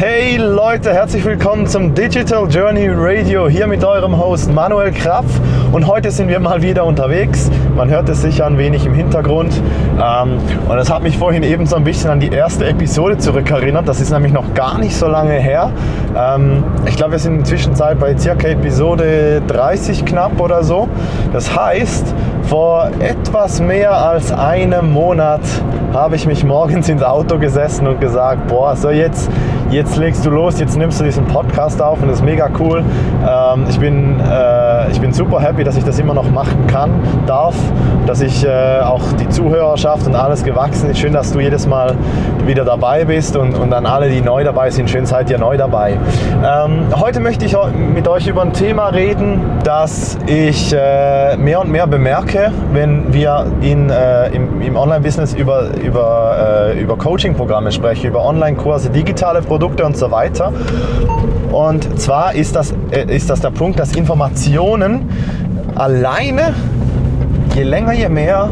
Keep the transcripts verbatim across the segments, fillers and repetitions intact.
Hey Leute, herzlich willkommen zum Digital Journey Radio, hier mit eurem Host Manuel Kraff, und heute sind wir mal wieder unterwegs. Man hört es sicher ein wenig im Hintergrund, ähm, und es hat mich vorhin eben so ein bisschen an die erste Episode zurückerinnert. Das ist nämlich noch gar nicht so lange her. Ähm, ich glaube, wir sind inzwischen bei circa Episode dreißig knapp oder so. Das heißt, vor etwas mehr als einem Monat habe ich mich morgens ins Auto gesessen und gesagt, boah, so jetzt, jetzt legst du los, jetzt nimmst du diesen Podcast auf, und das ist mega cool. Ähm, ich, bin, äh, ich bin super happy, dass ich das immer noch machen kann, darf, dass ich äh, auch die Zuhörerschaft und alles gewachsen ist. Schön, dass du jedes Mal wieder dabei bist, und, und an alle, die neu dabei sind, schön seid ihr neu dabei. Ähm, heute möchte ich mit euch über ein Thema reden, das ich äh, mehr und mehr bemerke, wenn wir in, äh, im, im Online-Business über, über, äh, über Coaching-Programme sprechen, über Online-Kurse, digitale Produkte und so weiter. Und zwar ist das, äh, ist das der Punkt, dass Informationen alleine, je länger, je mehr,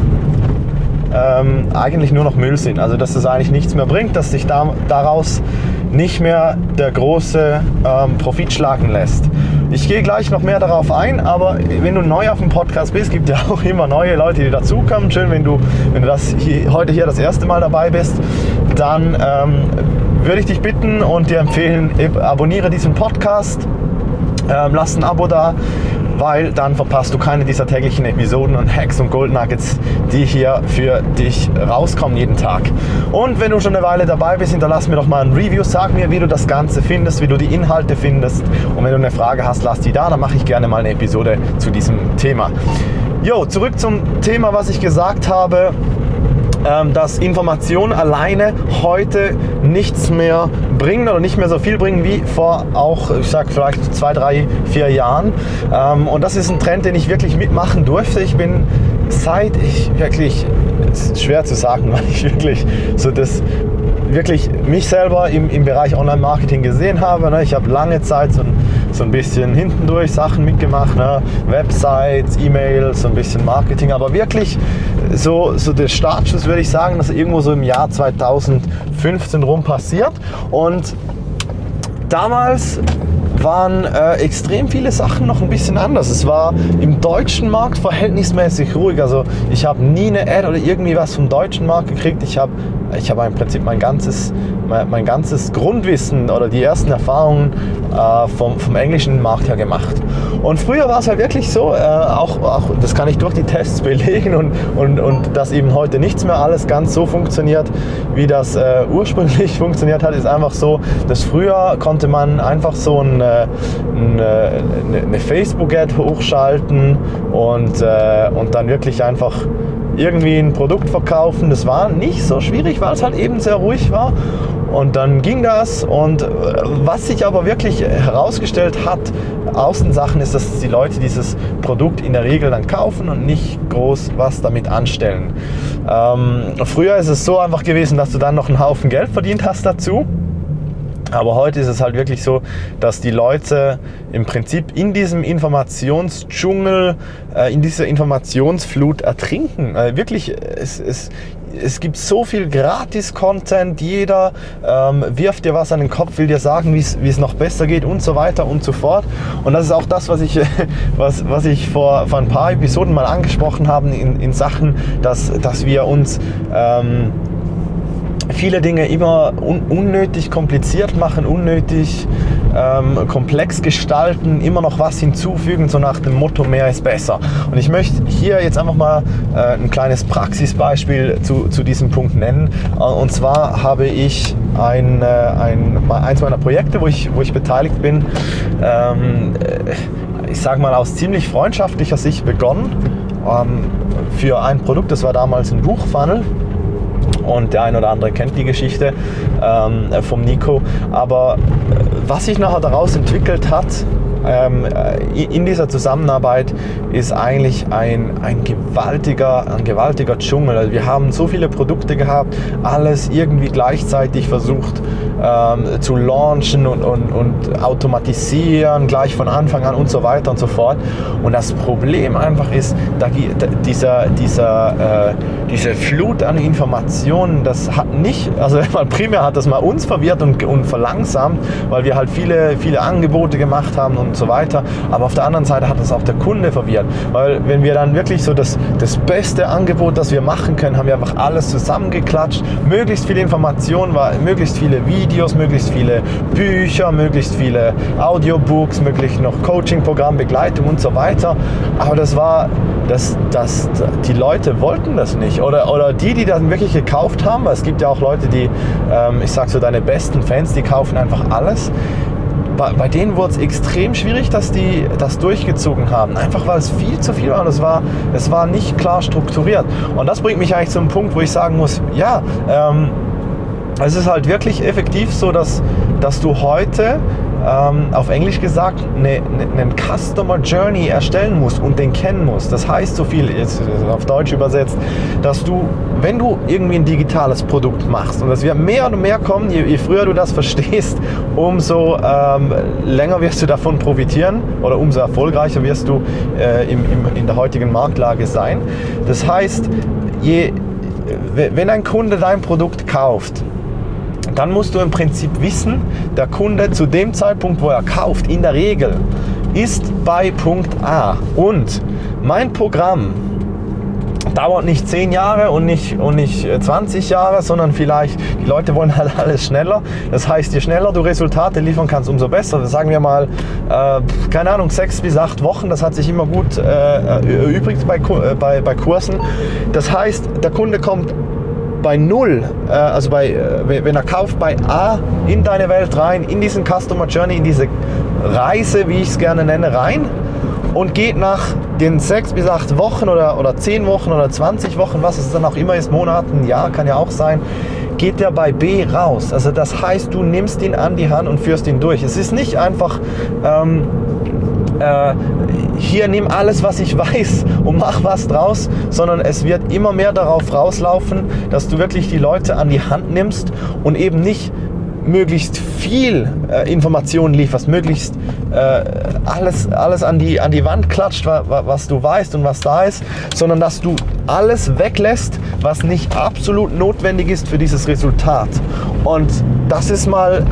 ähm, eigentlich nur noch Müll sind. Also dass es eigentlich nichts mehr bringt, dass sich da, daraus nicht mehr der große ähm, Profit schlagen lässt. Ich gehe gleich noch mehr darauf ein, aber wenn du neu auf dem Podcast bist, gibt ja auch immer neue Leute, die dazukommen. Schön, wenn du, wenn du das hier, heute hier das erste Mal dabei bist, dann ähm, würde ich dich bitten und dir empfehlen, abonniere diesen Podcast, ähm, lass ein Abo da, weil dann verpasst du keine dieser täglichen Episoden und Hacks und Gold Nuggets, die hier für dich rauskommen jeden Tag. Und wenn du schon eine Weile dabei bist, hinterlass mir doch mal ein Review, sag mir, wie du das Ganze findest, wie du die Inhalte findest, und wenn du eine Frage hast, lass die da, dann mache ich gerne mal eine Episode zu diesem Thema. Jo, zurück zum Thema, was ich gesagt habe, dass Informationen alleine heute nichts mehr bringen oder nicht mehr so viel bringen wie vor auch, ich sag vielleicht zwei, drei, vier Jahren. Und das ist ein Trend, den ich wirklich mitmachen durfte. Ich bin seit ich wirklich, es ist schwer zu sagen, weil ich wirklich so das wirklich mich selber im, im Bereich Online-Marketing gesehen habe. Ne? Ich habe lange Zeit so ein, so ein bisschen hintendurch Sachen mitgemacht, ne? Websites, E-Mails, so ein bisschen Marketing, aber wirklich so, so der Startschuss, würde ich sagen, dass irgendwo so im Jahr zweitausendfünfzehn rum passiert. Und damals waren äh, extrem viele Sachen noch ein bisschen anders. Es war im deutschen Markt verhältnismäßig ruhig. Also ich habe nie eine Ad oder irgendwie was vom deutschen Markt gekriegt. Ich habe ich hab im Prinzip mein ganzes, mein, mein ganzes Grundwissen oder die ersten Erfahrungen äh, vom, vom englischen Markt her gemacht. Und früher war es halt wirklich so, äh, auch, auch das kann ich durch die Tests belegen, und, und, und dass eben heute nichts mehr alles ganz so funktioniert, wie das äh, ursprünglich funktioniert hat, ist einfach so, dass früher konnte man einfach so ein eine, eine Facebook-Ad hochschalten und, äh, und dann wirklich einfach irgendwie ein Produkt verkaufen. Das war nicht so schwierig, weil es halt eben sehr ruhig war. Und dann ging das, und was sich aber wirklich herausgestellt hat, Außensachen, ist, dass die Leute dieses Produkt in der Regel dann kaufen und nicht groß was damit anstellen. Ähm, früher ist es so einfach gewesen, dass du dann noch einen Haufen Geld verdient hast dazu. Aber heute ist es halt wirklich so, dass die Leute im Prinzip in diesem Informationsdschungel, äh, in dieser Informationsflut ertrinken. Äh, wirklich, es, es, es gibt so viel Gratis-Content, jeder ähm, wirft dir was an den Kopf, will dir sagen, wie es noch besser geht und so weiter und so fort. Und das ist auch das, was ich, was, was ich vor, vor ein paar Episoden mal angesprochen habe in, in Sachen, dass, dass wir uns Ähm, viele Dinge immer un- unnötig kompliziert machen, unnötig ähm, komplex gestalten, immer noch was hinzufügen, so nach dem Motto, mehr ist besser. Und ich möchte hier jetzt einfach mal äh, ein kleines Praxisbeispiel zu, zu diesem Punkt nennen. Äh, und zwar habe ich ein, äh, ein, eins meiner Projekte, wo ich, wo ich beteiligt bin, ähm, ich sage mal aus ziemlich freundschaftlicher Sicht begonnen, ähm, für ein Produkt, das war damals ein Buchfunnel. Und der ein oder andere kennt die Geschichte ähm, vom Nico. Aber was sich nachher daraus entwickelt hat, ähm, in dieser Zusammenarbeit ist eigentlich ein, ein, gewaltiger, ein gewaltiger Dschungel. Also wir haben so viele Produkte gehabt, alles irgendwie gleichzeitig versucht ähm, zu launchen und, und, und automatisieren, gleich von Anfang an und so weiter und so fort. Und das Problem einfach ist, da, dieser, dieser, äh, diese Flut an Informationen, das hat nicht, also primär hat das mal uns verwirrt und, und verlangsamt, weil wir halt viele, viele Angebote gemacht haben und so weiter. Aber auf der anderen Seite hat das auch der Kunde verwirrt, weil wenn wir dann wirklich so das, das beste Angebot, das wir machen können, haben wir einfach alles zusammengeklatscht, möglichst viele Informationen, möglichst viele Videos, möglichst viele Bücher, möglichst viele Audiobooks, möglichst noch Coaching-Programm, Begleitung und so weiter. Aber das war, das, das, die Leute wollten das nicht. Oder, oder die, die dann wirklich gekauft haben, weil es gibt ja auch Leute, die, ähm, ich sag so, deine besten Fans, die kaufen einfach alles. Bei, bei denen wurde es extrem schwierig, dass die das durchgezogen haben. Einfach weil es viel zu viel war und es war, es war nicht klar strukturiert. Und das bringt mich eigentlich zum Punkt, wo ich sagen muss, ja, ähm, es ist halt wirklich effektiv so, dass, dass du heute ähm, auf Englisch gesagt eine, eine, eine Customer Journey erstellen musst und den kennen musst. Das heißt so viel, jetzt auf Deutsch übersetzt, dass du, wenn du irgendwie ein digitales Produkt machst, und das wird mehr und mehr kommen, je, je früher du das verstehst, umso ähm, länger wirst du davon profitieren oder umso erfolgreicher wirst du äh, im, im, in der heutigen Marktlage sein. Das heißt, je, wenn ein Kunde dein Produkt kauft, dann musst du im Prinzip wissen, der Kunde zu dem Zeitpunkt, wo er kauft, in der Regel ist bei Punkt A. Und mein Programm dauert nicht zehn Jahre und nicht, und nicht zwanzig Jahre, sondern vielleicht, die Leute wollen halt alles schneller. Das heißt, je schneller du Resultate liefern kannst, umso besser. Das sagen wir mal, äh, keine Ahnung, sechs bis acht Wochen. Das hat sich immer gut äh, erübrigt bei, bei, bei Kursen. Das heißt, der Kunde kommt bei null, äh, also bei, äh, wenn er kauft, bei A in deine Welt rein, in diesen Customer Journey, in diese Reise, wie ich es gerne nenne, rein und geht nach den sechs bis acht Wochen oder, oder zehn Wochen oder zwanzig Wochen, was es dann auch immer ist, Monaten, Jahr, kann ja auch sein, geht der bei B raus. Also das heißt, du nimmst ihn an die Hand und führst ihn durch. Es ist nicht einfach, ähm, äh, hier nimm alles, was ich weiß und mach was draus, sondern es wird immer mehr darauf rauslaufen, dass du wirklich die Leute an die Hand nimmst und eben nicht möglichst viel äh, Informationen lieferst, möglichst äh, alles, alles an die, an die Wand klatscht, wa, wa, was du weißt und was da ist, sondern dass du alles weglässt, was nicht absolut notwendig ist für dieses Resultat. Und das ist mal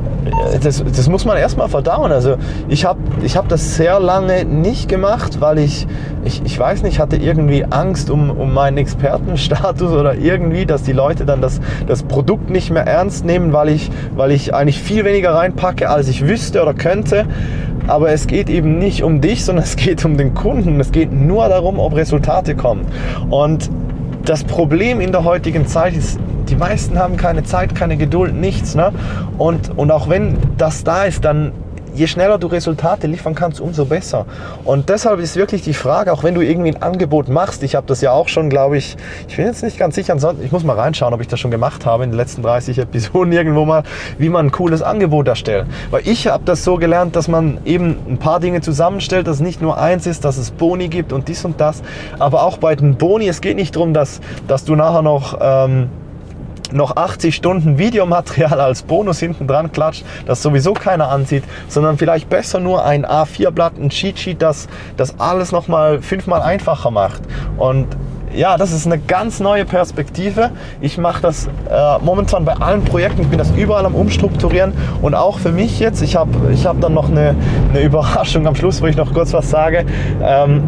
Das, das muss man erstmal verdauen. Also ich habe ich hab das sehr lange nicht gemacht, weil ich, ich, ich weiß nicht, hatte irgendwie Angst um, um meinen Expertenstatus oder irgendwie, dass die Leute dann das, das Produkt nicht mehr ernst nehmen, weil ich, weil ich eigentlich viel weniger reinpacke, als ich wüsste oder könnte. Aber es geht eben nicht um dich, sondern es geht um den Kunden. Es geht nur darum, ob Resultate kommen. Und das Problem in der heutigen Zeit ist, die meisten haben keine Zeit, keine Geduld, nichts. Ne? Und, und auch wenn das da ist, dann je schneller du Resultate liefern kannst, umso besser. Und deshalb ist wirklich die Frage, auch wenn du irgendwie ein Angebot machst, ich habe das ja auch schon, glaube ich, ich bin jetzt nicht ganz sicher, ich muss mal reinschauen, ob ich das schon gemacht habe in den letzten dreißig Episoden irgendwo mal, wie man ein cooles Angebot erstellt. Weil ich habe das so gelernt, dass man eben ein paar Dinge zusammenstellt, dass es nicht nur eins ist, dass es Boni gibt und dies und das, aber auch bei den Boni, es geht nicht darum, dass, dass du nachher noch ähm, noch achtzig Stunden Videomaterial als Bonus hinten dran klatscht, das sowieso keiner ansieht, sondern vielleicht besser nur ein A vier Blatt, ein Cheat Sheet, das, das alles nochmal fünfmal einfacher macht. Und ja, das ist eine ganz neue Perspektive. Ich mache das äh, momentan bei allen Projekten, ich bin das überall am Umstrukturieren und auch für mich jetzt, ich habe ich hab dann noch eine, eine Überraschung am Schluss, wo ich noch kurz was sage. Ähm,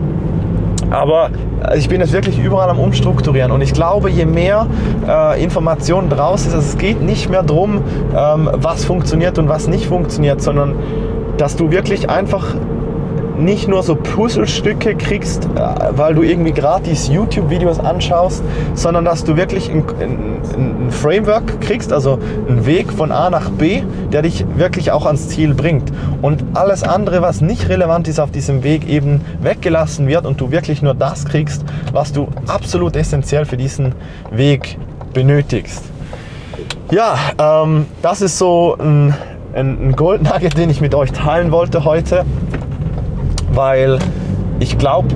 Aber ich bin jetzt wirklich überall am Umstrukturieren und ich glaube, je mehr äh, Informationen draus ist, also es geht nicht mehr darum, ähm, was funktioniert und was nicht funktioniert, sondern dass du wirklich einfach nicht nur so Puzzlestücke kriegst, weil du irgendwie gratis YouTube-Videos anschaust, sondern dass du wirklich ein, ein, ein Framework kriegst, also einen Weg von A nach B, der dich wirklich auch ans Ziel bringt. Und alles andere, was nicht relevant ist auf diesem Weg, eben weggelassen wird und du wirklich nur das kriegst, was du absolut essentiell für diesen Weg benötigst. Ja, ähm, das ist so ein ein, ein Gold Nugget, den ich mit euch teilen wollte heute, weil ich glaube,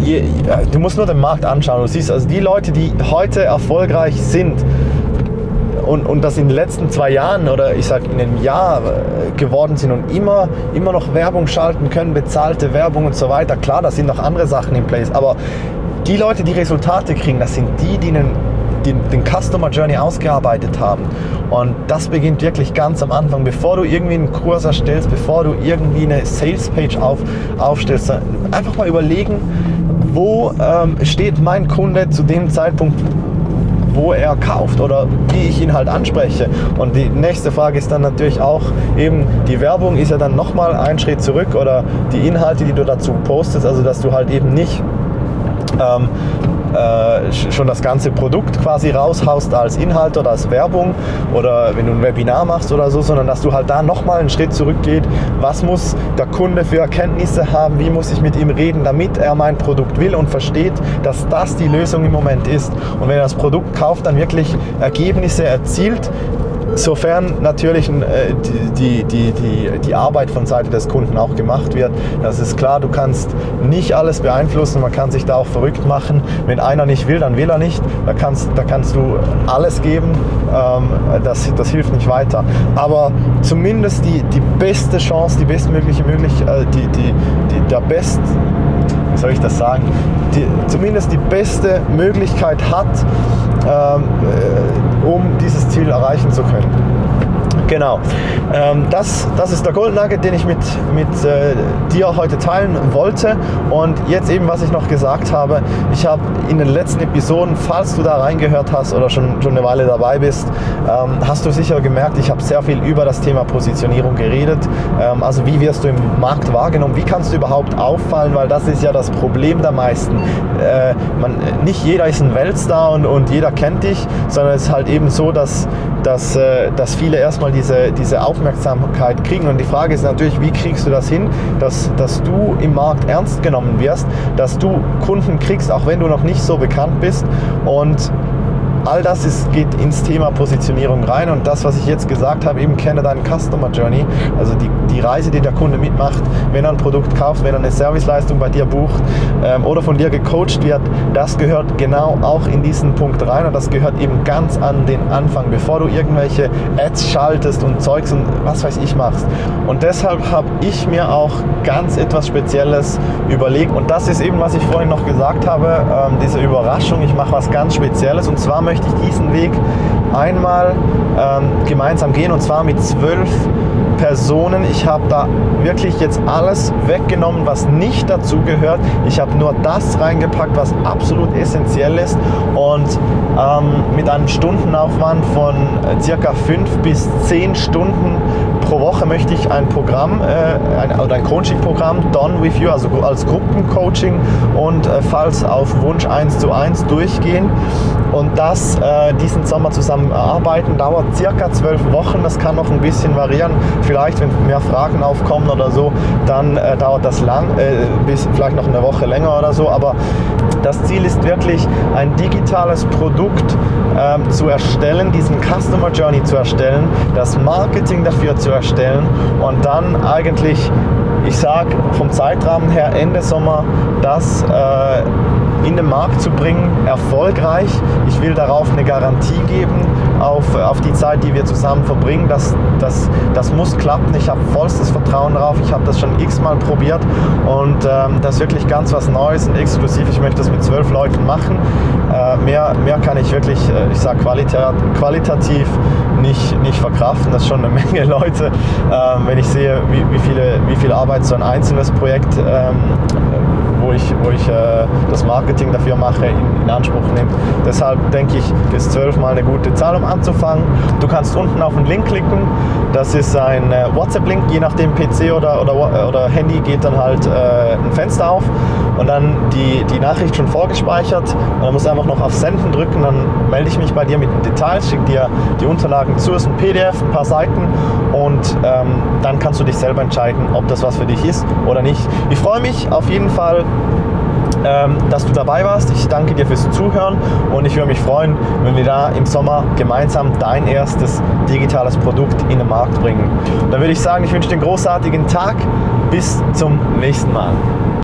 du musst nur den Markt anschauen. Du siehst also die Leute, die heute erfolgreich sind und, und das in den letzten zwei Jahren oder ich sage in einem Jahr geworden sind und immer, immer noch Werbung schalten können, bezahlte Werbung und so weiter. Klar, da sind noch andere Sachen in place, aber die Leute, die Resultate kriegen, das sind die, die einen Den, den Customer Journey ausgearbeitet haben. Und das beginnt wirklich ganz am Anfang, bevor du irgendwie einen Kurs erstellst, bevor du irgendwie eine Sales Page auf, aufstellst. Einfach mal überlegen, wo ähm, steht mein Kunde zu dem Zeitpunkt, wo er kauft oder wie ich ihn halt anspreche. Und die nächste Frage ist dann natürlich auch eben, die Werbung ist ja dann nochmal einen Schritt zurück oder die Inhalte, die du dazu postest, also dass du halt eben nicht ähm, Äh, schon das ganze Produkt quasi raushaust als Inhalt oder als Werbung oder wenn du ein Webinar machst oder so, sondern dass du halt da nochmal einen Schritt zurückgeht. Was muss der Kunde für Erkenntnisse haben? Wie muss ich mit ihm reden, damit er mein Produkt will und versteht, dass das die Lösung im Moment ist? Und wenn er das Produkt kauft, dann wirklich Ergebnisse erzielt, sofern natürlich äh, die, die, die, die Arbeit von Seite des Kunden auch gemacht wird. Das ist klar, du kannst nicht alles beeinflussen, man kann sich da auch verrückt machen. Wenn einer nicht will, dann will er nicht. Da kannst, da kannst du alles geben, ähm, das, das hilft nicht weiter. Aber zumindest die, die beste Chance, die bestmögliche Möglichkeit, äh, die, die, die, der best, wie soll ich das sagen, die, zumindest die beste Möglichkeit hat, ähm, äh, um dieses Ziel erreichen zu können. Genau, ähm, das, das ist der Gold Nugget, den ich mit, mit äh, dir heute teilen wollte. Und jetzt eben, was ich noch gesagt habe, ich habe in den letzten Episoden, falls du da reingehört hast oder schon, schon eine Weile dabei bist, ähm, hast du sicher gemerkt, ich habe sehr viel über das Thema Positionierung geredet. Ähm, also wie wirst du im Markt wahrgenommen, wie kannst du überhaupt auffallen, weil das ist ja das Problem der meisten. Äh, man, nicht jeder ist ein Weltstar und, und jeder kennt dich, sondern es ist halt eben so, dass, dass, äh, dass viele erstmal Diese, diese Aufmerksamkeit kriegen. Und die Frage ist natürlich, wie kriegst du das hin, dass, dass du im Markt ernst genommen wirst, dass du Kunden kriegst, auch wenn du noch nicht so bekannt bist. Und all das ist, geht ins Thema Positionierung rein und das, was ich jetzt gesagt habe, eben kenne deinen Customer Journey, also die, die Reise, die der Kunde mitmacht, wenn er ein Produkt kauft, wenn er eine Serviceleistung bei dir bucht ähm, oder von dir gecoacht wird, das gehört genau auch in diesen Punkt rein und das gehört eben ganz an den Anfang, bevor du irgendwelche Ads schaltest und Zeugs und was weiß ich machst. Und deshalb habe ich mir auch ganz etwas Spezielles überlegt und das ist eben, was ich vorhin noch gesagt habe, ähm, diese Überraschung, ich mache was ganz Spezielles und zwar möchte ich diesen Weg einmal ähm, gemeinsam gehen und zwar mit zwölf Personen. Ich habe da wirklich jetzt alles weggenommen, was nicht dazu gehört. Ich habe nur das reingepackt, was absolut essentiell ist und ähm, mit einem Stundenaufwand von äh, circa fünf bis zehn Stunden pro Woche möchte ich ein Programm, äh, ein, oder ein Coaching-Programm Done With You, also als Gruppencoaching und äh, falls auf Wunsch eins zu eins durchgehen und das äh, diesen Sommer zusammen erarbeiten, dauert circa zwölf Wochen, das kann noch ein bisschen variieren, vielleicht wenn mehr Fragen aufkommen oder so, dann äh, dauert das lang, äh, bis vielleicht noch eine Woche länger oder so, aber das Ziel ist wirklich ein digitales Produkt ähm, zu erstellen, diesen Customer Journey zu erstellen, das Marketing dafür zu erstellen und dann eigentlich, ich sage vom Zeitrahmen her Ende Sommer, das äh, in den Markt zu bringen, erfolgreich. Ich will darauf eine Garantie geben, auf, auf die Zeit, die wir zusammen verbringen. Das, das, das muss klappen. Ich habe vollstes Vertrauen darauf. Ich habe das schon x-mal probiert und ähm, das ist wirklich ganz was Neues und exklusiv. Ich möchte das mit zwölf Leuten machen. Äh, mehr, mehr kann ich wirklich, äh, ich sage qualita qualitativ nicht, nicht verkraften. Das ist schon eine Menge Leute. Äh, wenn ich sehe, wie, wie, viele, wie viel Arbeit so ein einzelnes Projekt ähm, wo ich, wo ich äh, das Marketing dafür mache, in, in Anspruch nehme. Deshalb denke ich, ist zwölf mal eine gute Zahl, um anzufangen. Du kannst unten auf den Link klicken. Das ist ein äh, WhatsApp-Link, je nachdem P C oder, oder, oder Handy geht dann halt äh, ein Fenster auf und dann die, die Nachricht schon vorgespeichert. Und dann musst du einfach noch auf Senden drücken, dann melde ich mich bei dir mit den Details, schicke dir die Unterlagen zu, ist ein P D F, ein paar Seiten und ähm, dann kannst du dich selber entscheiden, ob das was für dich ist oder nicht. Ich freue mich auf jeden Fall ähm, dass du dabei warst. Ich danke dir fürs Zuhören und ich würde mich freuen, wenn wir da im Sommer gemeinsam dein erstes digitales Produkt in den Markt bringen. Dann würde ich sagen, ich wünsche dir einen großartigen Tag. Bis zum nächsten Mal.